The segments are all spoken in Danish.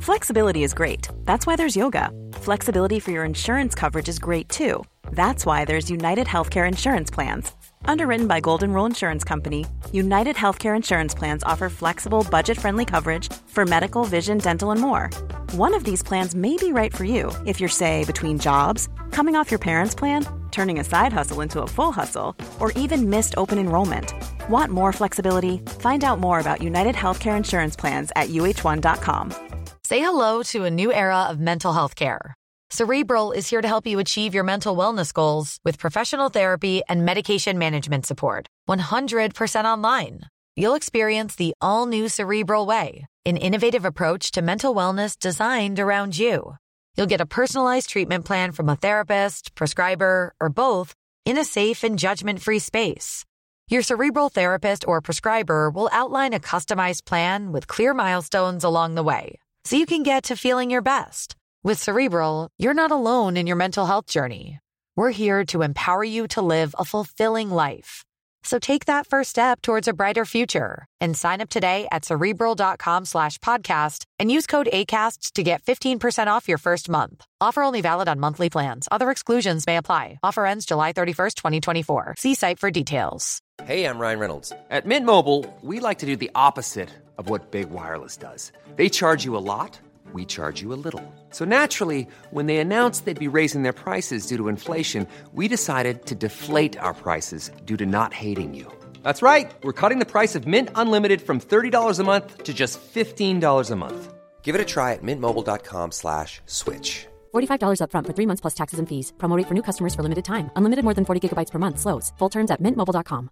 Flexibility is great. That's why there's yoga. Flexibility for your insurance coverage is great too. That's why there's United Healthcare Insurance Plans. Underwritten by Golden Rule Insurance Company, United Healthcare Insurance Plans offer flexible, budget-friendly coverage for medical, vision, dental, and more. One of these plans may be right for you if you're, say, between jobs, coming off your parents' plan, turning a side hustle into a full hustle, or even missed open enrollment. Want more flexibility? Find out more about United Healthcare Insurance Plans at uh1.com. Say hello to a new era of mental health care. Cerebral is here to help you achieve your mental wellness goals with professional therapy and medication management support. 100% online. You'll experience the all-new Cerebral Way, an innovative approach to mental wellness designed around you. You'll get a personalized treatment plan from a therapist, prescriber, or both in a safe and judgment-free space. Your Cerebral therapist or prescriber will outline a customized plan with clear milestones along the way, so you can get to feeling your best. With Cerebral, you're not alone in your mental health journey. We're here to empower you to live a fulfilling life. So take that first step towards a brighter future and sign up today at Cerebral.com/podcast and use code ACAST to get 15% off your first month. Offer only valid on monthly plans. Other exclusions may apply. Offer ends July 31st, 2024. See site for details. Hey, I'm Ryan Reynolds. At Mint Mobile, we like to do the opposite of what Big Wireless does. They charge you a lot. We charge you a little. So naturally, when they announced they'd be raising their prices due to inflation, we decided to deflate our prices due to not hating you. That's right. We're cutting the price of Mint Unlimited from $30 a month to just $15 a month. Give it a try at mintmobile.com/switch. $45 up front for 3 months plus taxes and fees. Promo rate for new customers for limited time. Unlimited more than 40 gigabytes per month. Slows full terms at mintmobile.com.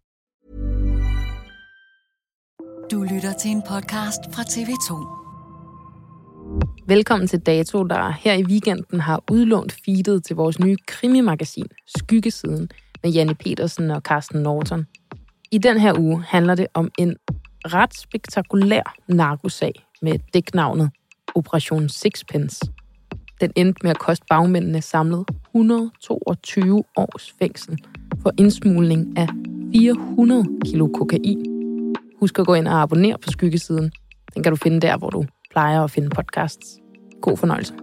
Du lytter til en podcast fra TV2. Velkommen til Dato, der her i weekenden har udlånt feedet til vores nye krimimagasin, Skyggesiden, med Janni Pedersen og Carsten Norton. I den her uge handler det om en ret spektakulær narkosag med dæknavnet Operation Sixpence. Den endte med at koste bagmændene samlet 122 års fængsel for indsmugling af 400 kilo kokain. Husk at gå ind og abonnere på Skyggesiden. Den kan du finde der, hvor du plejer at finde podcasts. God fornøjelse.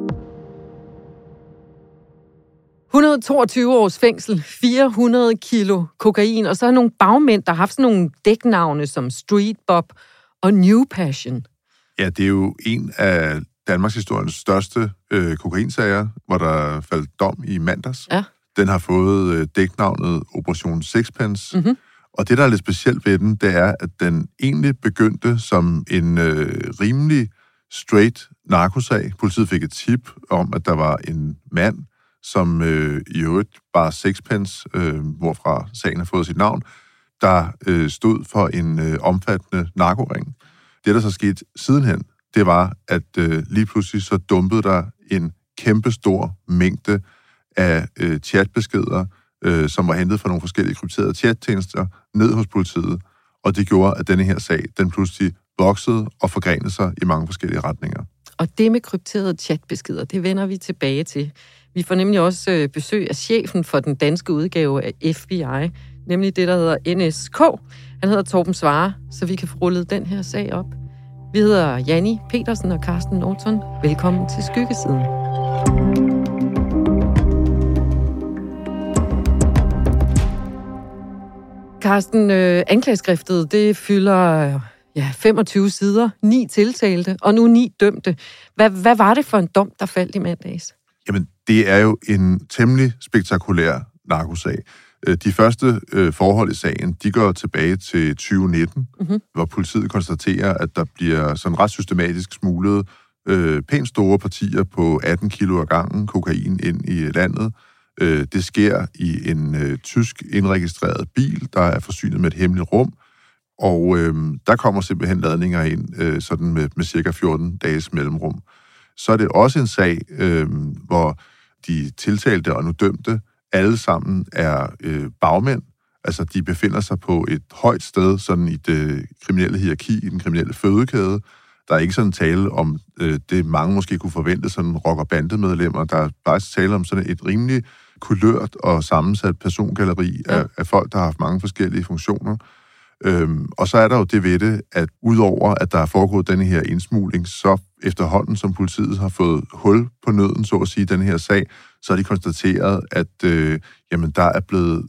122 års fængsel, 400 kilo kokain, og så er nogle bagmænd, der har haft sådan nogle dæknavne som Street Bob og New Passion. Ja, det er jo en af Danmarks historiens største kokainsager, hvor der faldt dom i mandags. Ja. Den har fået dæknavnet Operation Sixpence. Mm-hmm. Og det, der er lidt specielt ved den, det er, at den egentlig begyndte som en rimelig straight narkosag. Politiet fik et tip om, at der var en mand, som i øvrigt bar sixpence, hvorfra sagen har fået sit navn, der stod for en omfattende narkoring. Det, der så skete sidenhen, det var, at lige pludselig så dumpede der en kæmpestor mængde af chatbeskeder, som var hentet fra nogle forskellige krypterede chattjenester, ned hos politiet, og det gjorde, at denne her sag, den pludselig voksede og forgrenede sig i mange forskellige retninger. Og det med krypterede chatbeskeder, det vender vi tilbage til. Vi får nemlig også besøg af chefen for den danske udgave af FBI, nemlig det, der hedder NSK. Han hedder Torben Svare, så vi kan få rullet den her sag op. Vi hedder Janni Pedersen og Carsten Norton. Velkommen til Skyggesiden. Carsten, anklageskriftet, det fylder 25 sider, 9 tiltalte, og nu 9 dømte. Hvad var det for en dom, der faldt i mandags? Jamen, det er jo en temmelig spektakulær narkosag. De første forhold i sagen, de går tilbage til 2019, hvor politiet konstaterer, at der bliver sådan ret systematisk smuglet pænt store partier på 18 kilo ad gangen kokain ind i landet. Det sker i en tysk indregistreret bil, der er forsynet med et hemmeligt rum, og der kommer simpelthen ladninger ind sådan med cirka 14 dages mellemrum. Så er det også en sag, hvor de tiltalte og nu dømte alle sammen er bagmænd. Altså, de befinder sig på et højt sted sådan i det kriminelle hierarki, i den kriminelle fødekæde. Der er ikke sådan tale om det, mange måske kunne forvente, sådan rock- og bandemedlemmer. Der er faktisk tale om sådan et rimelig kulørt og sammensat persongalleri af folk, der har haft mange forskellige funktioner. Og så er der jo det ved det, at udover at der er foregået denne her indsmugling, så efterhånden, som politiet har fået hul på nøden, så at sige, den her sag, så har de konstateret, at der er blevet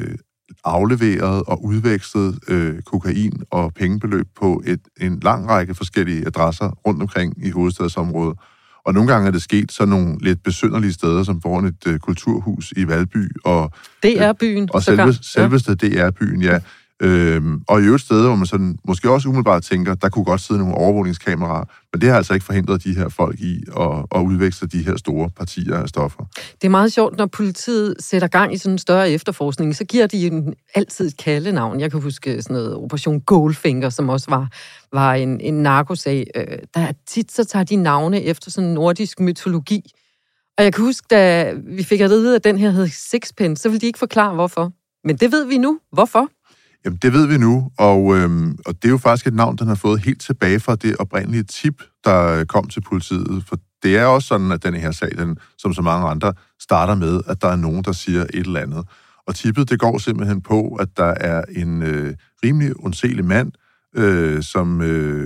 afleveret og udvekslet kokain og pengebeløb på en lang række forskellige adresser rundt omkring i hovedstadsområdet. Og nogle gange er det sket sådan nogle lidt besynderlige steder, som foran et kulturhus i Valby. Og DR-byen. Og selveste DR-byen, ja. Og i øvrigt steder, hvor man sådan, måske også umiddelbart tænker, der kunne godt sidde nogle overvågningskameraer, men det har altså ikke forhindret de her folk i at udveksle de her store partier af stoffer. Det er meget sjovt, når politiet sætter gang i sådan en større efterforskning, så giver de altid et kaldenavn. Jeg kan huske sådan noget Operation Goldfinger, som også var en narkosag. Der tit så tager de navne efter sådan nordisk mytologi. Og jeg kan huske, da vi fik at vide, at den her hed Sixpence, så ville de ikke forklare, hvorfor. Men det ved vi nu. Hvorfor? Jamen, det ved vi nu, og det er jo faktisk et navn, den har fået helt tilbage fra det oprindelige tip, der kom til politiet. For det er også sådan, at den her sag, den, som så mange andre, starter med, at der er nogen, der siger et eller andet. Og tippet, det går simpelthen på, at der er en rimelig undselig mand, som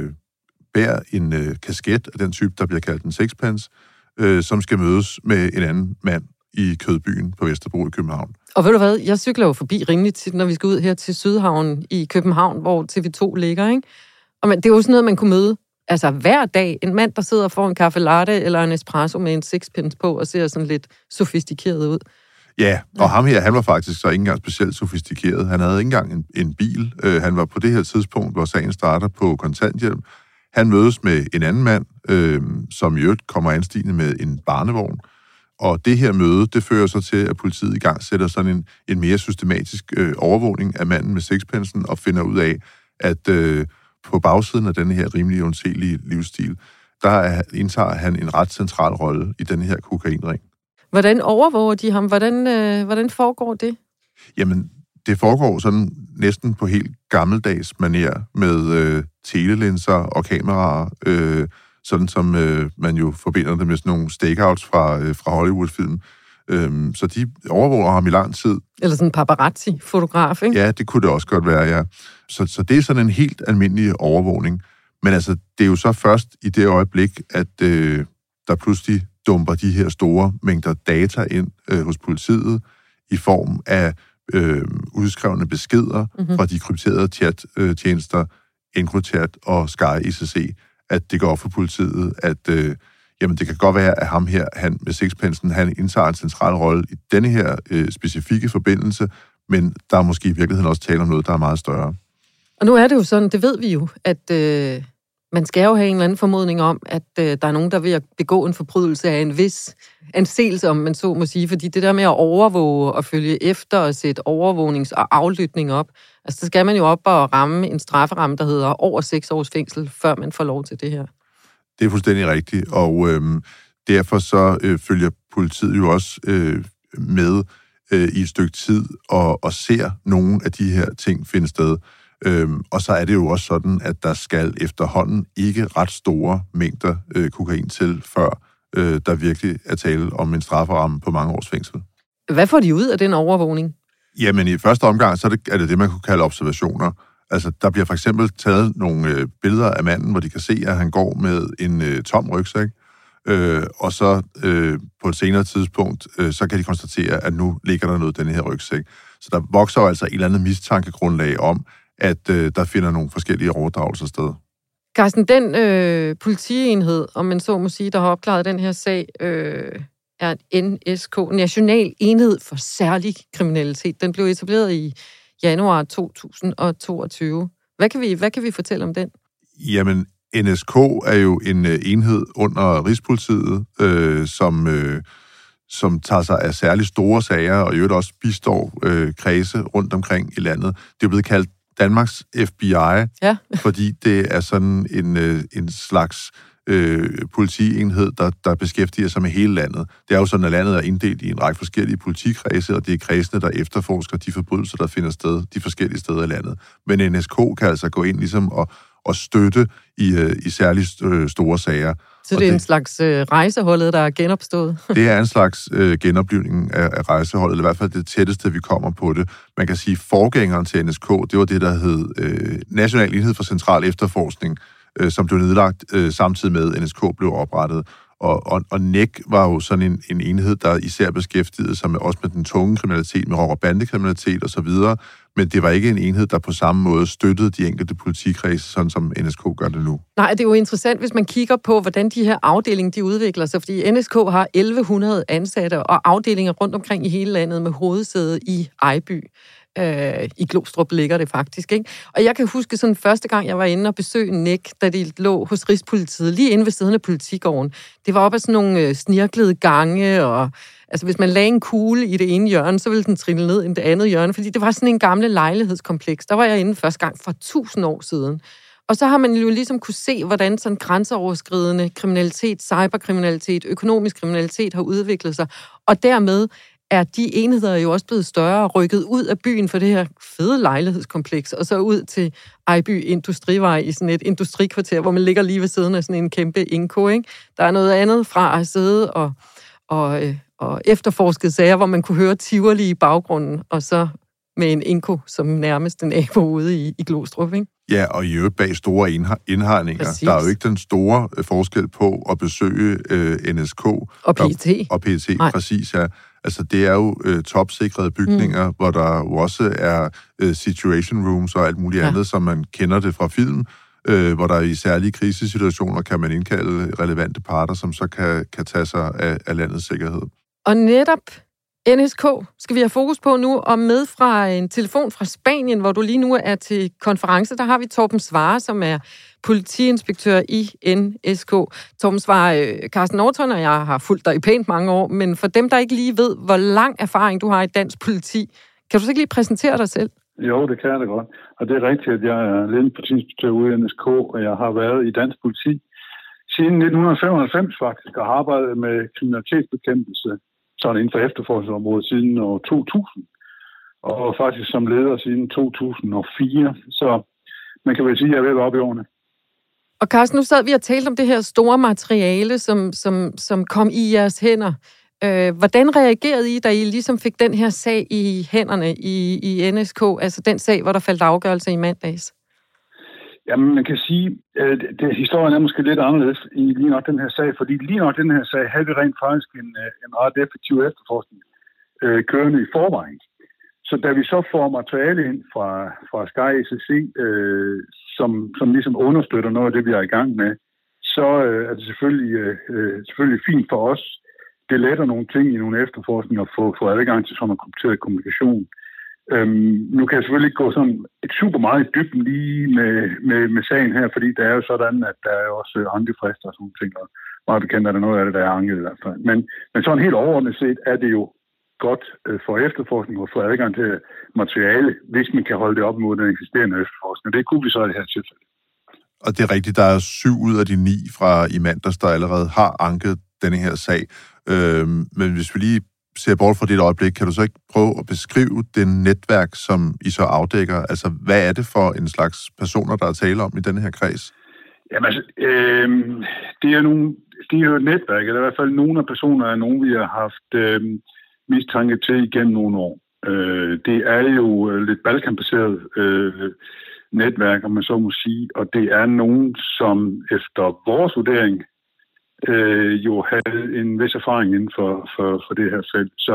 bærer en kasket af den type, der bliver kaldt en sixpence, som skal mødes med en anden mand i Kødbyen på Vesterbro i København. Og ved du hvad, jeg cykler jo forbi rimelig tit, når vi skal ud her til Sydhavnen i København, hvor TV2 ligger, ikke? Og det er jo sådan noget, man kunne møde altså hver dag. En mand, der sidder og får en kaffe latte eller en espresso med en sixpence på og ser sådan lidt sofistikeret ud. Ja, og ham her, han var faktisk så ikke engang specielt sofistikeret. Han havde ikke engang en bil. Han var på det her tidspunkt, hvor sagen starter på kontanthjælp. Han mødes med en anden mand, som i øvrigt kommer anstigende med en barnevogn. Og det her møde, det fører så til, at politiet i gang sætter sådan en mere systematisk overvågning af manden med sixpencen og finder ud af, at på bagsiden af denne her rimelig undselige livsstil, der indtager han en ret central rolle i denne her kokainring. Hvordan overvåger de ham? Hvordan foregår det? Jamen, det foregår sådan næsten på helt gammeldags manér med telelinser og kameraer, sådan som man jo forbinder det med sådan nogle stakeouts fra Hollywood-film. Så de overvåger ham i lang tid. Eller sådan en paparazzi-fotograf, ikke? Ja, det kunne det også godt være, ja. Så det er sådan en helt almindelig overvågning. Men altså, det er jo så først i det øjeblik, at der pludselig dumper de her store mængder data ind hos politiet i form af udskrevne beskeder fra de krypterede chat-tjenester, EncroChat og Sky ICC, at det går op for politiet, at det kan godt være, at ham her, han med sixpencen, han indtager en central rolle i denne her specifikke forbindelse, men der er måske i virkeligheden også tale om noget, der er meget større. Og nu er det jo sådan, det ved vi jo, at man skal jo have en eller anden formodning om, at der er nogen, der vil begå en forbrydelse af en vis anseelse, om man så må sige, fordi det der med at overvåge og følge efter og sætte overvågnings- og aflytning op, altså så skal man jo op og ramme en strafferamme, der hedder over 6 års fængsel, før man får lov til det her. Det er fuldstændig rigtigt, og derfor så følger politiet jo også med i et stykke tid og ser nogle af de her ting finde sted. Og så er det jo også sådan, at der skal efterhånden ikke ret store mængder kokain til, før der virkelig er tale om en strafferamme på mange års fængsel. Hvad får de ud af den overvågning? Jamen i første omgang, så er det man kunne kalde observationer. Altså, der bliver for eksempel taget nogle billeder af manden, hvor de kan se, at han går med en tom rygsæk, og så på et senere tidspunkt, så kan de konstatere, at nu ligger der noget i denne her rygsæk. Så der vokser jo altså et eller andet mistankegrundlag om, at der finder nogle forskellige overdragelser sted. Carsten, den politienhed, om man så må sige, der har opklaret den her sag, er NSK, National Enhed for Særlig Kriminalitet. Den blev etableret i januar 2022. Hvad kan vi fortælle om den? Jamen, NSK er jo en enhed under Rigspolitiet, som tager sig af særligt store sager, og i øvrigt også bistår kredse rundt omkring i landet. Det er blevet kaldt Danmarks FBI, fordi det er sådan en slags politienhed, der beskæftiger sig med hele landet. Det er jo sådan, at landet er inddelt i en række forskellige politikredse, og det er kredsene, der efterforsker de forbrydelser, der finder sted de forskellige steder i landet. Men NSK kan altså gå ind ligesom og støtte i særligt store sager. Så det er en slags rejseholdet, der er genopstået? Det er en slags genoplivning af rejseholdet, eller i hvert fald det tætteste, vi kommer på det. Man kan sige, forgængeren til NSK, det var det, der hed National Enhed for Central Efterforskning, som blev nedlagt samtidig med, at NSK blev oprettet. Og NEC var jo sådan en enhed, der især beskæftigede sig også med den tunge kriminalitet, med rocker- og bandekriminalitet osv., men det var ikke en enhed, der på samme måde støttede de enkelte politikredse, sådan som NSK gør det nu. Nej, det er jo interessant, hvis man kigger på, hvordan de her afdelinger de udvikler sig, fordi NSK har 1100 ansatte og afdelinger rundt omkring i hele landet med hovedsæde i Ejby. I Glostrup ligger det faktisk, ikke? Og jeg kan huske sådan første gang, jeg var inde og besøgte NEC, da de lå hos Rigspolitiet, lige inde ved siden af Politigården. Det var op ad sådan nogle snirklede gange, og altså hvis man lagde en kugle i det ene hjørne, så ville den trille ned i det andet hjørne, fordi det var sådan en gamle lejlighedskompleks. Der var jeg inde første gang for 1000 år siden. Og så har man jo ligesom kunne se, hvordan sådan grænseoverskridende kriminalitet, cyberkriminalitet, økonomisk kriminalitet har udviklet sig, og dermed er de enheder jo også blevet større og rykket ud af byen for det her fede lejlighedskompleks, og så ud til Ejby Industrivej i sådan et industrikvarter, hvor man ligger lige ved siden af sådan en kæmpe indko, ikke? Der er noget andet fra at sidde og efterforske sager, hvor man kunne høre Tivoli i baggrunden, og så med en indko som nærmest en nabo ude i Glostrup, ikke? Ja, og i øvrigt bag store indhegninger. Præcis. Der er jo ikke den store forskel på at besøge NSK og PET. Og PET, præcis, ja. Altså, det er jo topsikrede bygninger, hvor der jo også er situation rooms og alt muligt andet, som man kender det fra film, hvor der i særlige krisesituationer kan man indkalde relevante parter, som så kan tage sig af landets sikkerhed. Og netop NSK skal vi have fokus på nu, og med fra en telefon fra Spanien, hvor du lige nu er til konference, der har vi Torben Svare, som er politiinspektør i NSK. Torben Svare, Carsten Norton og jeg har fulgt dig i pænt mange år, men for dem, der ikke lige ved, hvor lang erfaring du har i dansk politi, kan du så ikke lige præsentere dig selv? Jo, det kan jeg da godt. Og det er rigtigt, at jeg er ledende politiinspektør ude i NSK, og jeg har været i dansk politi siden 1995 faktisk, og har arbejdet med kriminalitetsbekæmpelse sådan inden for efterforskningsområdet siden år 2000, og faktisk som leder siden 2004. Så man kan vel sige, at jeg er ved op i årene. Og Carsten, nu sad vi og talte om det her store materiale, som kom i jeres hænder. Hvordan reagerede I, da I ligesom fik den her sag i hænderne i NSK, altså den sag, hvor der faldt afgørelse i mandags? Jamen, man kan sige, at historien er måske lidt anderledes i lige nok den her sag, fordi lige nok den her sag havde vi rent faktisk en ret effektiv efterforskning kørende i forvejen. Så da vi så får materiale ind fra Sky ECC, som ligesom understøtter noget af det, vi er i gang med, så er det selvfølgelig fint for os. Det letter nogle ting i nogle efterforskninger at få adgang til sådan en kompliceret kommunikation. Nu kan jeg selvfølgelig ikke gå sådan et super meget i dybden lige med sagen her, fordi det er jo sådan, at der er også ankefrister og sådan nogle ting, og meget bekendt er der noget af det, der er anket i hvert fald. Men sådan helt overordnet set er det jo godt for efterforskning at få adgang til materiale, hvis man kan holde det op mod den eksisterende efterforskning. Det kunne vi så i det her tilfælde. Og det er rigtigt, der er 7 ud af de 9 fra i mandags, der allerede har anket denne her sag. Men hvis vi lige ser bort fra det øjeblik, kan du så ikke prøve at beskrive det netværk, som I så afdækker? Altså, hvad er det for en slags personer, der er tale om i denne her kreds? Jamen altså, det er jo et netværk, eller i hvert fald nogle af personerne er nogen, vi har haft mistanke til igennem nogle år. Det er jo lidt balkanbaseret netværk, om man så må sige, og det er nogen, som efter vores vurdering jo havde en vis erfaring inden for det her felt. Så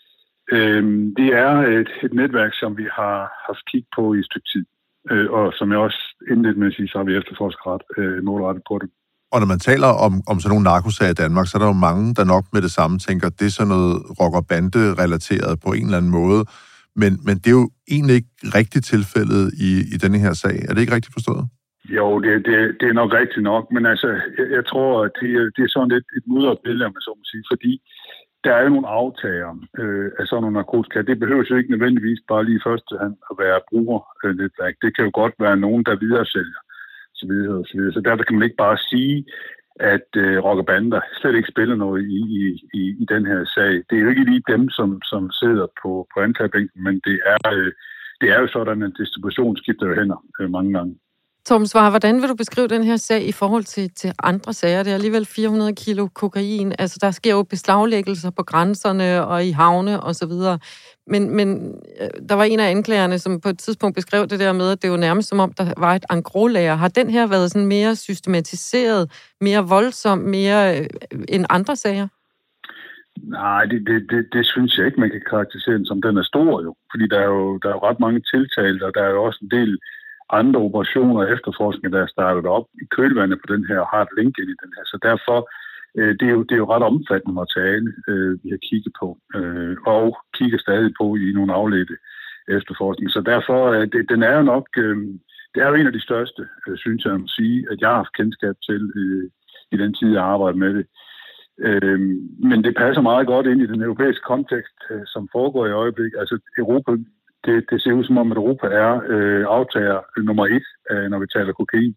det er et netværk, som vi har haft kig på i et stykke tid. Og som jeg også indledte med at sige, så har vi efterforsket målrettet på det. Og når man taler om sådan nogle narkosager i Danmark, så er der jo mange, der nok med det samme tænker, det er sådan noget rocker-bande-relateret på en eller anden måde. Men det er jo egentlig ikke rigtigt tilfældet i denne her sag. Er det ikke rigtigt forstået? Jo, det er nok rigtigt nok, men altså, jeg tror, at det er sådan lidt et mudret billede, om man så må sige, fordi der er jo nogle aftager af sådan nogle narkotika. Det behøver jo ikke nødvendigvis bare lige først at være brugernetværk. Det kan jo godt være nogen, der videresælger, så videre. Så derfor kan man ikke bare sige, at rockerbander slet ikke spiller noget i den her sag. Det er jo ikke lige dem, som sidder på anklagebænken, men det er jo sådan, at distribution skifter jo hænder mange gange. Torben Svare, hvordan vil du beskrive den her sag i forhold til andre sager? Det er alligevel 400 kilo kokain. Altså, der sker jo beslaglæggelser på grænserne og i havne og så videre. Men der var en af anklagerne, som på et tidspunkt beskrev det der med, at det var nærmest som om, der var et engroslager. Har den her været sådan mere systematiseret, mere voldsom, mere end andre sager? Nej, det synes jeg ikke, man kan karakterisere den som. Den er stor jo, fordi der er jo ret mange tiltalte, og der er jo også en del andre operationer og efterforskning, der er startet op i kølvandet på den her, og har et link ind i den her. Så derfor, det er jo ret omfattende materiale, vi har kigget på, og kigger stadig på i nogle afledte efterforskning. Så derfor, den er jo nok, det er jo en af de største, synes jeg må sige, at jeg har haft kendskab til i den tid, jeg arbejder med det. Men det passer meget godt ind i den europæiske kontekst, som foregår i øjeblikket. Altså Europa, det ser ud som om, at Europa er aftager nummer 1, når vi taler kokain.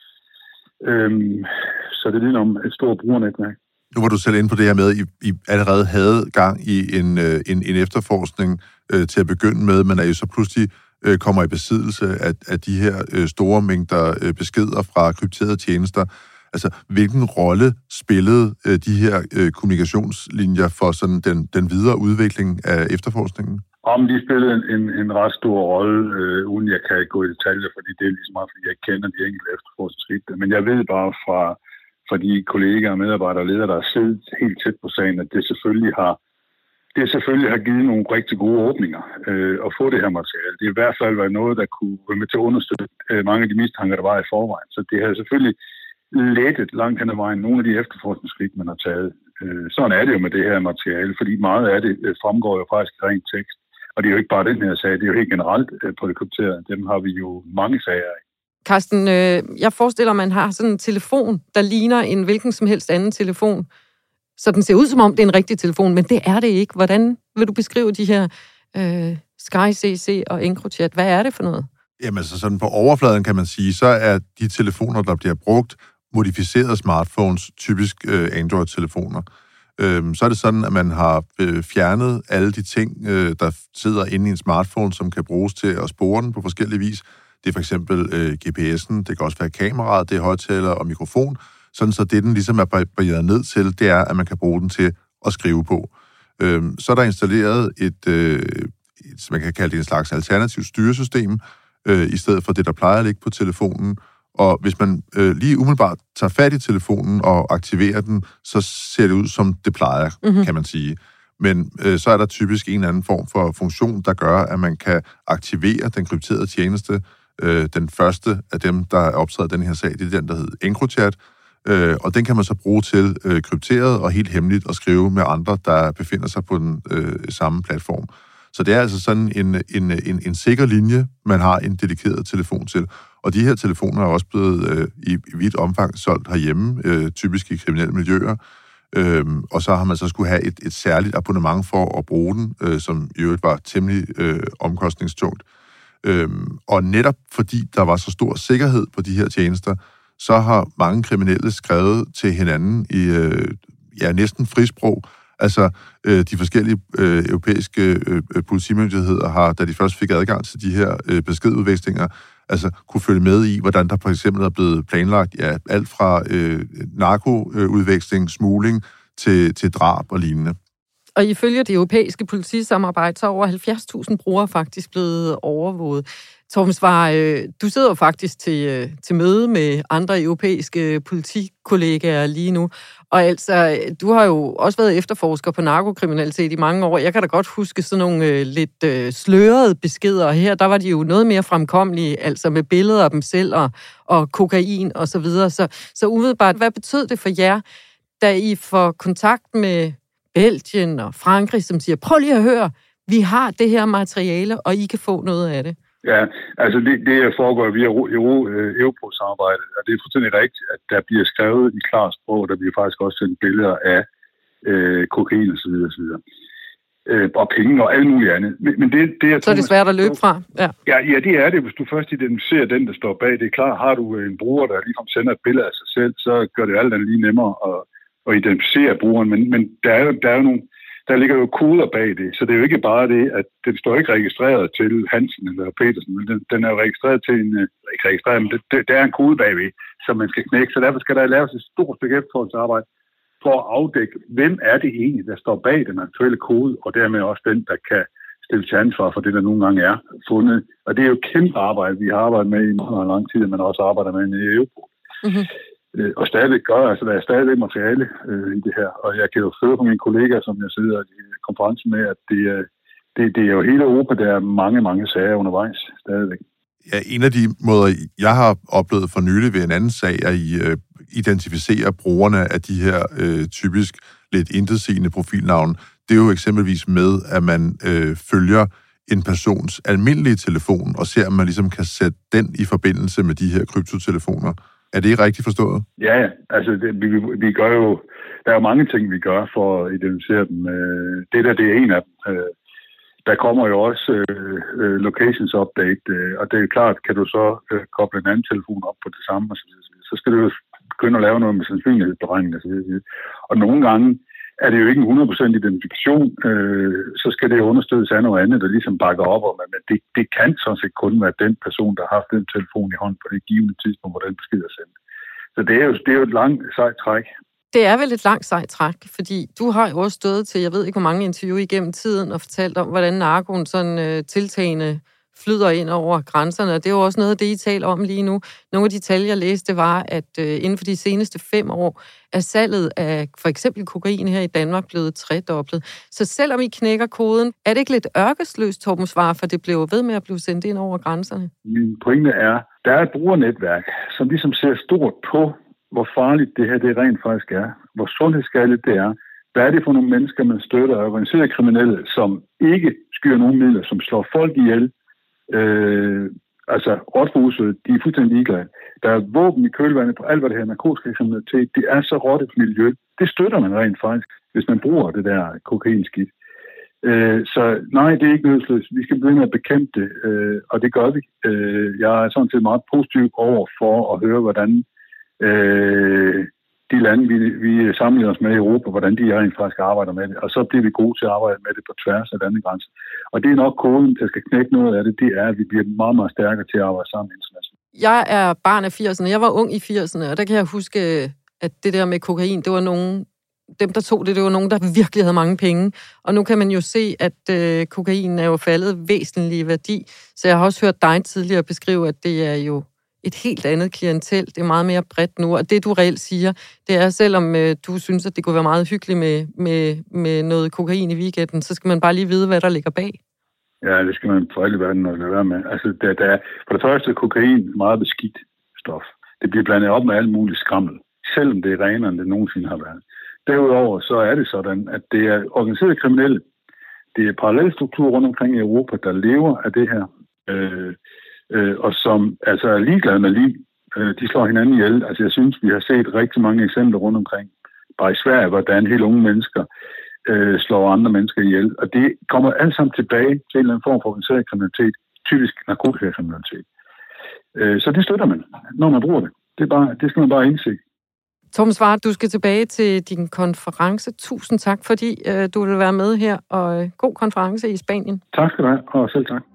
Så det ligner om et stort brugernetværk. Nu var du selv inde på det her med, at I allerede havde gang i en efterforskning til at begynde med, men at I så pludselig kommer i besiddelse af de her store mængder beskeder fra krypterede tjenester. Altså, hvilken rolle spillede de her kommunikationslinjer for sådan den videre udvikling af efterforskningen? Om de spillede en ret stor rolle, uden jeg kan gå i detaljer, fordi det er ligesom meget, fordi jeg kender de enkelte efterforskningsskridt. Men jeg ved bare fra de kollegaer og medarbejdere og ledere, der har siddet helt tæt på sagen, at det selvfølgelig har givet nogle rigtig gode åbninger at få det her materiale. Det er i hvert fald været noget, der kunne være med til at understøtte mange af de mistanker, der var i forvejen. Så det har selvfølgelig lettet langt hen ad vejen nogle af de efterforskningsskridt, man har taget. Sådan er det jo med det her materiale, fordi meget af det fremgår jo faktisk rent tekst. Og det er jo ikke bare den her sag, det er jo helt generelt på det krypterede. Dem har vi jo mange sager af. Carsten, jeg forestiller mig, at man har sådan en telefon, der ligner en hvilken som helst anden telefon. Så den ser ud som om, det er en rigtig telefon, men det er det ikke. Hvordan vil du beskrive de her SkyCC og EncroChat? Hvad er det for noget? Jamen, så sådan på overfladen kan man sige, så er de telefoner, der bliver brugt, modificerede smartphones, typisk Android-telefoner. Så er det sådan, at man har fjernet alle de ting, der sidder inde i en smartphone, som kan bruges til at spore den på forskellige vis. Det er for eksempel GPS'en, det kan også være kameraet, det er højttaler og mikrofon. Sådan så det, den ligesom er barberet ned til, det er, at man kan bruge den til at skrive på. Så er der installeret man kan kalde det en slags alternativt styresystem, i stedet for det, der plejer at ligge på telefonen. Og hvis man lige umiddelbart tager fat i telefonen og aktiverer den, så ser det ud, som det plejer, kan man sige. Men så er der typisk en eller anden form for funktion, der gør, at man kan aktivere den krypterede tjeneste. Den første af dem, der er optaget den her sag, det er den, der hedder EncroChat. Og den kan man så bruge til krypteret og helt hemmeligt at skrive med andre, der befinder sig på den samme platform. Så det er altså sådan en sikker linje, man har en dedikeret telefon til. Og de her telefoner er også blevet i vidt omfang solgt herhjemme, typisk i kriminelle miljøer. Og så har man så skulle have et særligt abonnement for at bruge den, som i øvrigt var temmelig omkostningstungt. Og netop fordi der var så stor sikkerhed på de her tjenester, så har mange kriminelle skrevet til hinanden i næsten frisprog. Altså, de forskellige europæiske politimyndigheder har, da de først fik adgang til de her beskedudvekslinger, altså kunne følge med i, hvordan der for eksempel er blevet planlagt alt fra narkoudveksling, smugling til drab og lignende. Og ifølge det europæiske politisamarbejde, så er over 70.000 brugere faktisk blevet overvåget. Torben Svare, du sidder jo faktisk til møde med andre europæiske politikollegaer lige nu. Og altså, du har jo også været efterforsker på narkokriminalitet i mange år. Jeg kan da godt huske sådan nogle lidt slørede beskeder. Her, der var de jo noget mere fremkommelige, altså med billeder af dem selv og kokain og så videre. Så umiddelbart, hvad betød det for jer, da I får kontakt med Belgien og Frankrig, som siger, prøv lige at høre, vi har det her materiale, og I kan få noget af det? Ja, altså det foregår via Europol-samarbejdet, og det er fuldstændig rigtigt, at der bliver skrevet i klart sprog, der bliver faktisk også sendt billeder af kokain osv. og penge og alt muligt andet. Men det jeg så er det svært at løbe fra? Ja, det er det, hvis du først identificerer den, der står bag. Det er klart, har du en bruger, der ligefrem sender et billede af sig selv, så gør det alt andet lige nemmere at identificere brugeren. Men der er jo nogle, der ligger jo koder bag det, så det er jo ikke bare det, at den står ikke registreret til Hansen eller Petersen, men den er jo registreret til ikke registreret, men der er en kode bagved, som man skal knække, så derfor skal der laves et stort stykke efterforskningsarbejde for at afdække, hvem er det egentlig, der står bag den aktuelle kode, og dermed også den, der kan stille til ansvar for det, der nogle gange er fundet. Og det er jo et kæmpe arbejde, vi har arbejdet med i meget lang tid, men også arbejder med i Europol. Mm-hmm. Og stadigvæk gør, altså der er stadigvæk materiale i det her, og jeg kan jo føre på mine kollegaer, som jeg sidder i konferencen med, at det er jo hele Europa, der er mange sager undervejs stadigvæk. Ja, en af de måder, jeg har oplevet for nylig ved en anden sag, er I identificerer brugerne af de her typisk lidt intetsigende profilnavne. Det er jo eksempelvis med, at man følger en persons almindelige telefon, og ser, om man ligesom kan sætte den i forbindelse med de her kryptotelefoner. Er det rigtigt forstået? Ja, altså vi gør jo, der er jo mange ting, vi gør for at identificere dem. Det er en af dem. Der kommer jo også locations update, og det er klart, kan du så koble en anden telefon op på det samme, og så skal du jo begynde at lave noget med sandsynlighedsberegning og så videre. Og nogle gange er det jo ikke en 100% identifikation, så skal det jo understøttes af noget andet, der ligesom bakker op om, at det kan sådan set kun være den person, der har haft den telefon i hånden på det givende tidspunkt, hvor den besked er sendt. Så det er jo et langt sejt træk. Det er vel et langt sejt træk, fordi du har jo også stået til, jeg ved ikke hvor mange interview igennem tiden, og fortalt om, hvordan narkoen sådan tiltagende flyder ind over grænserne, og det er jo også noget af det, I taler om lige nu. Nogle af de tal, jeg læste, var, at inden for de seneste 5 år er salget af for eksempel kokain her i Danmark blevet tredoblet. Så selvom I knækker koden, er det ikke lidt ørkesløst, Torben Svarer, for det blev ved med at blive sendt ind over grænserne? Min pointe er, der er et brugernetværk, som ligesom ser stort på, hvor farligt det her det rent faktisk er, hvor sundhedsskadeligt det er. Hvad er det for nogle mennesker, man støtter? Organiserede kriminelle, som ikke skyer nogen midler, som slår folk ihjel. Altså rådhuset, de er fuldstændig ligeglade. Der er våben i kølvandet på alt, hvad det her narkotikakriminalitet. Det er så råt et miljø. Det støtter man rent faktisk, hvis man bruger det der kokainskidt. Så nej, det er ikke nødsløst. Vi skal begynde at bekæmpe det, og det gør vi. Jeg er sådan set meget positiv over for at høre, hvordan de lande, vi sammenligner os med i Europa, hvordan de rent faktisk arbejder med det. Og så bliver vi gode til at arbejde med det på tværs af landegrænser. Og det er nok koden, der skal knække noget af det, det er, at vi bliver meget, meget stærkere til at arbejde sammen internationalt. Jeg er barn af 80'erne. Jeg var ung i 80'erne, og der kan jeg huske, at det der med kokain, det var nogen, dem der tog det var nogen, der virkelig havde mange penge. Og nu kan man jo se, at kokain er jo faldet væsentlig i værdi. Så jeg har også hørt dig tidligere beskrive, at det er jo et helt andet klientel. Det er meget mere bredt nu. Og det, du reelt siger, det er, selvom du synes, at det kunne være meget hyggeligt med noget kokain i weekenden, så skal man bare lige vide, hvad der ligger bag. Ja, det skal man for alle verden lade være med. Altså, der er for det første kokain meget beskidt stof. Det bliver blandet op med alt muligt skrammel, selvom det er renere, end det nogensinde har været. Derudover så er det sådan, at det er organiserede kriminelle. Det er parallelstrukturer rundt omkring i Europa, der lever af det her. Og som altså er ligeglade med liv. De slår hinanden ihjel. Altså jeg synes, vi har set rigtig mange eksempler rundt omkring. Bare i Sverige, hvordan helt unge mennesker slår andre mennesker ihjel. Og det kommer alt sammen tilbage til en eller anden form for organiseret kriminalitet. Typisk narkotikakriminalitet. Så det støtter man, når man bruger det. Det skal man bare indse. Torben Svarer, du skal tilbage til din konference. Tusind tak, fordi du vil være med her. Og god konference i Spanien. Tak skal du have, og selv tak.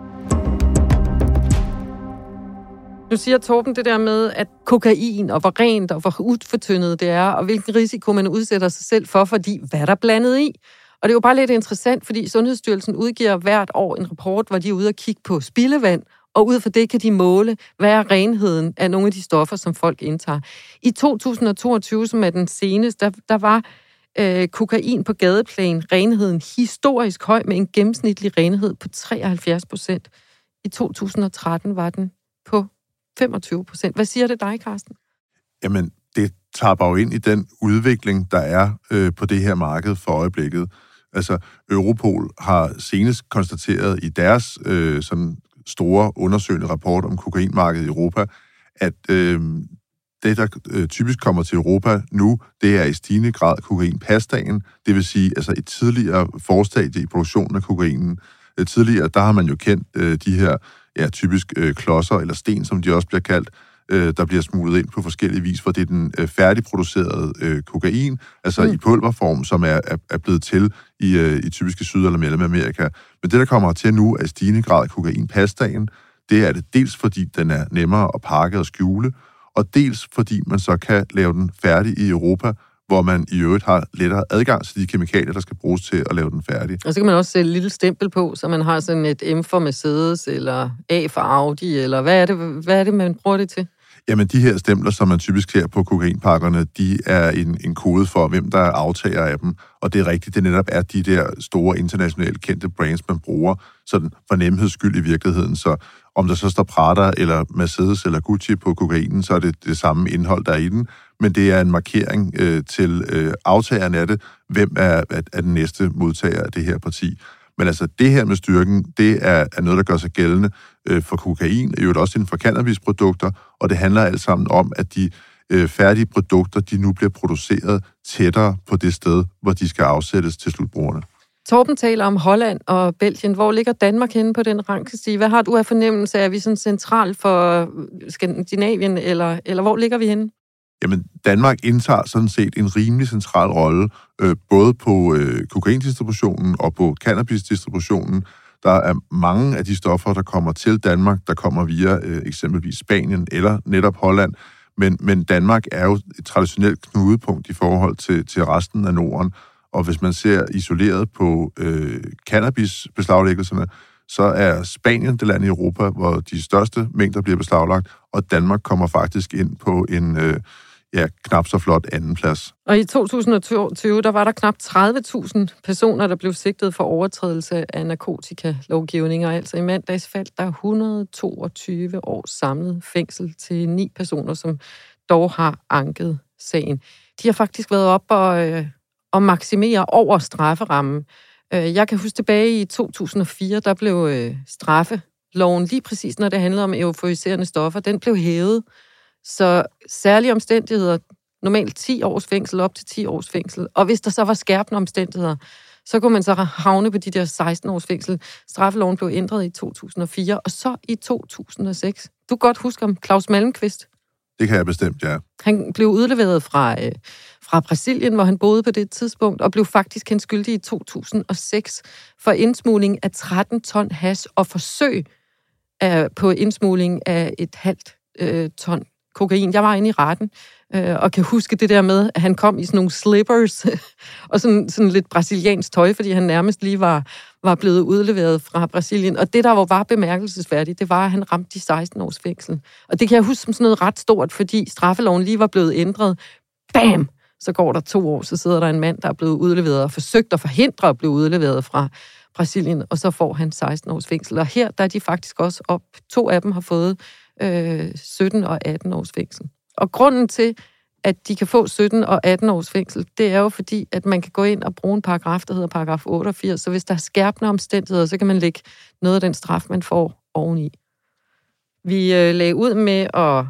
Nu siger Torben det der med, at kokain, og hvor rent og hvor udfortyndet det er, og hvilken risiko man udsætter sig selv for, fordi hvad der er blandet i. Og det er jo bare lidt interessant, fordi Sundhedsstyrelsen udgiver hvert år en rapport, hvor de er ude og kigge på spildevand, og ud fra det kan de måle, hvad er renheden af nogle af de stoffer, som folk indtager. I 2022, som er den seneste, der var kokain på gadeplan, renheden historisk høj, med en gennemsnitlig renhed på 73%. I 2013 var den på 25%. Hvad siger det dig, Carsten? Jamen, det tapper jo ind i den udvikling, der er på det her marked for øjeblikket. Altså, Europol har senest konstateret i deres sådan store undersøgende rapport om kokainmarkedet i Europa, at det, der typisk kommer til Europa nu, det er i stigende grad kokainpastaen, det vil sige altså et tidligere forstadie i produktionen af kokainen. Tidligere, der har man jo kendt de her typisk klodser eller sten, som de også bliver kaldt, der bliver smuglet ind på forskellige vis, for det er den færdigproducerede kokain, altså i pulverform, som er blevet til i typiske Syd- eller Mellemamerika. Men det, der kommer til nu, er i stigende grad kokainpastaen. Det er det dels, fordi den er nemmere at pakke og skjule, og dels fordi man så kan lave den færdig i Europa, hvor man i øvrigt har lettere adgang til de kemikalier, der skal bruges til at lave den færdig. Og så kan man også sætte et lille stempel på, så man har sådan et M for Mercedes, eller A for Audi, eller hvad er det, man bruger det til? Jamen, de her stempler, som man typisk ser på kokainpakkerne, de er en kode for, hvem der er aftager af dem. Og det er rigtigt, det netop er de der store internationalt kendte brands, man bruger, sådan for nemheds skyld i virkeligheden. Så om der så står Prada, eller Mercedes, eller Gucci på kokainen, så er det samme indhold, der er i den. Men det er en markering til aftagerne af det, hvem er den næste modtager af det her parti. Men altså, det her med styrken, det er noget, der gør sig gældende for kokain, og jo også inden for cannabisprodukter, og det handler alt sammen om, at de færdige produkter, de nu bliver produceret tættere på det sted, hvor de skal afsættes til slutbrugerne. Torben taler om Holland og Belgien. Hvor ligger Danmark henne på den rangstige? Hvad har du af fornemmelse af? Er vi sådan central for Skandinavien, eller hvor ligger vi henne? Jamen, Danmark indtager sådan set en rimelig central rolle, både på kokaindistributionen og på cannabisdistributionen. Der er mange af de stoffer, der kommer til Danmark, der kommer via eksempelvis Spanien eller netop Holland. Men Danmark er jo et traditionelt knudepunkt i forhold til resten af Norden. Og hvis man ser isoleret på cannabisbeslaglæggelserne, så er Spanien det land i Europa, hvor de største mængder bliver beslaglagt, og Danmark kommer faktisk ind på en knap så flot andenplads. Og i 2022, der var der knap 30.000 personer, der blev sigtet for overtrædelse af narkotikalovgivning, og altså i mandags faldt der 122 års samlet fængsel til 9 personer, som dog har anket sagen. De har faktisk været op og maksimere over strafferammen. Jeg kan huske tilbage i 2004, der blev straffeloven, lige præcis når det handlede om euforiserende stoffer, den blev hævet. Så særlige omstændigheder, normalt 10 års fængsel, op til 10 års fængsel. Og hvis der så var skærpende omstændigheder, så kunne man så havne på de der 16 års fængsel. Straffeloven blev ændret i 2004, og så i 2006. Du kan godt huske om Claus Malmqvist. Det kan jeg bestemt, ja. Han blev udleveret fra Brasilien, hvor han boede på det tidspunkt, og blev faktisk kendt skyldig i 2006 for indsmugling af 13 ton hash og forsøg på indsmugling af et halvt ton kokain. Jeg var inde i retten, og kan huske det der med, at han kom i sådan nogle slippers, og sådan lidt brasiliansk tøj, fordi han nærmest lige var blevet udleveret fra Brasilien. Og det, der var bemærkelsesværdigt, det var, at han ramte de 16 års fængsel. Og det kan jeg huske som sådan noget ret stort, fordi straffeloven lige var blevet ændret. Bam! Så går der 2 år, så sidder der en mand, der er blevet udleveret og forsøgt at forhindre at blive udleveret fra Brasilien, og så får han 16 års fængsel. Og her, der er de faktisk også op. 2 af dem har fået 17 og 18 års fængsel. Og grunden til, at de kan få 17 og 18 års fængsel, det er jo fordi, at man kan gå ind og bruge en paragraf, der hedder paragraf 88, så hvis der er skærpende omstændigheder, så kan man lægge noget af den straf, man får oveni. Vi lagde ud med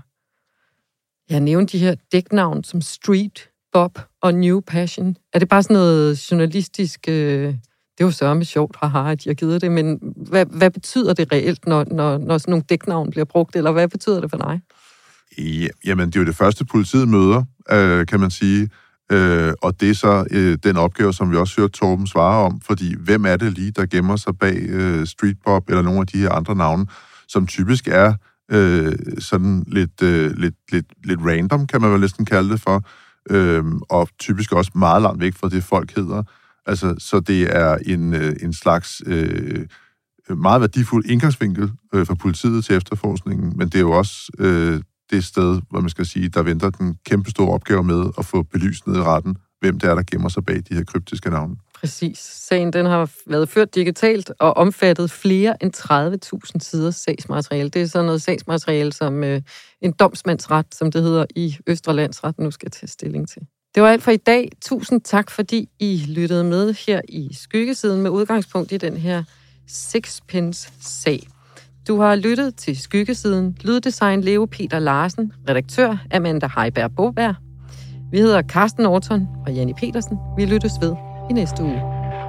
at nævne de her dæknavn som Street, Bob og New Passion. Er det bare sådan noget journalistisk... Det er jo sørme sjovt, at de har givet det, men hvad betyder det reelt, når sådan nogle dæknavn bliver brugt, eller hvad betyder det for dig? Jamen, det er jo det første politiet møder, kan man sige, og det er så den opgave, som vi også hørte Torben svare om, fordi hvem er det lige, der gemmer sig bag Street Bob eller nogle af de her andre navne, som typisk er sådan lidt random, kan man vel næsten kalde det for, og typisk også meget langt væk fra det, folk hedder. Altså, så det er en slags meget værdifuld indgangsvinkel for politiet til efterforskningen, men det er jo også det sted, hvor man skal sige, der venter den kæmpestore opgave med at få belyst ned i retten, hvem det er, der gemmer sig bag de her kryptiske navne. Præcis. Sagen den har været ført digitalt og omfattet flere end 30.000 siders sagsmateriale. Det er sådan noget sagsmateriale, som en domsmandsret, som det hedder i Østre Landsret, nu skal tage stilling til. Det var alt for i dag. Tusind tak, fordi I lyttede med her i Skyggesiden med udgangspunkt i den her Sixpence-sag. Du har lyttet til Skyggesiden. Lyddesign Leo Peter Larsen. Redaktør Amanda Heiberg Boberg. Vi hedder Carsten Norton og Janni Petersen. Vi lyttes ved i næste uge.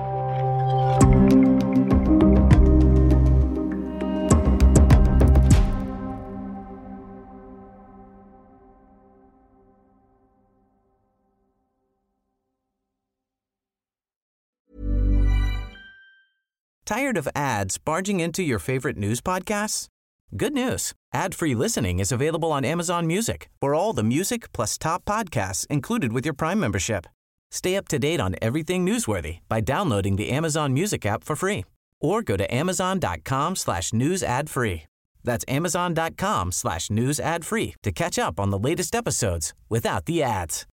Tired of ads barging into your favorite news podcasts? Good news. Ad-free listening is available on Amazon Music for all the music plus top podcasts included with your Prime membership. Stay up to date on everything newsworthy by downloading the Amazon Music app for free or go to amazon.com/news ad free. That's amazon.com/news ad free to catch up on the latest episodes without the ads.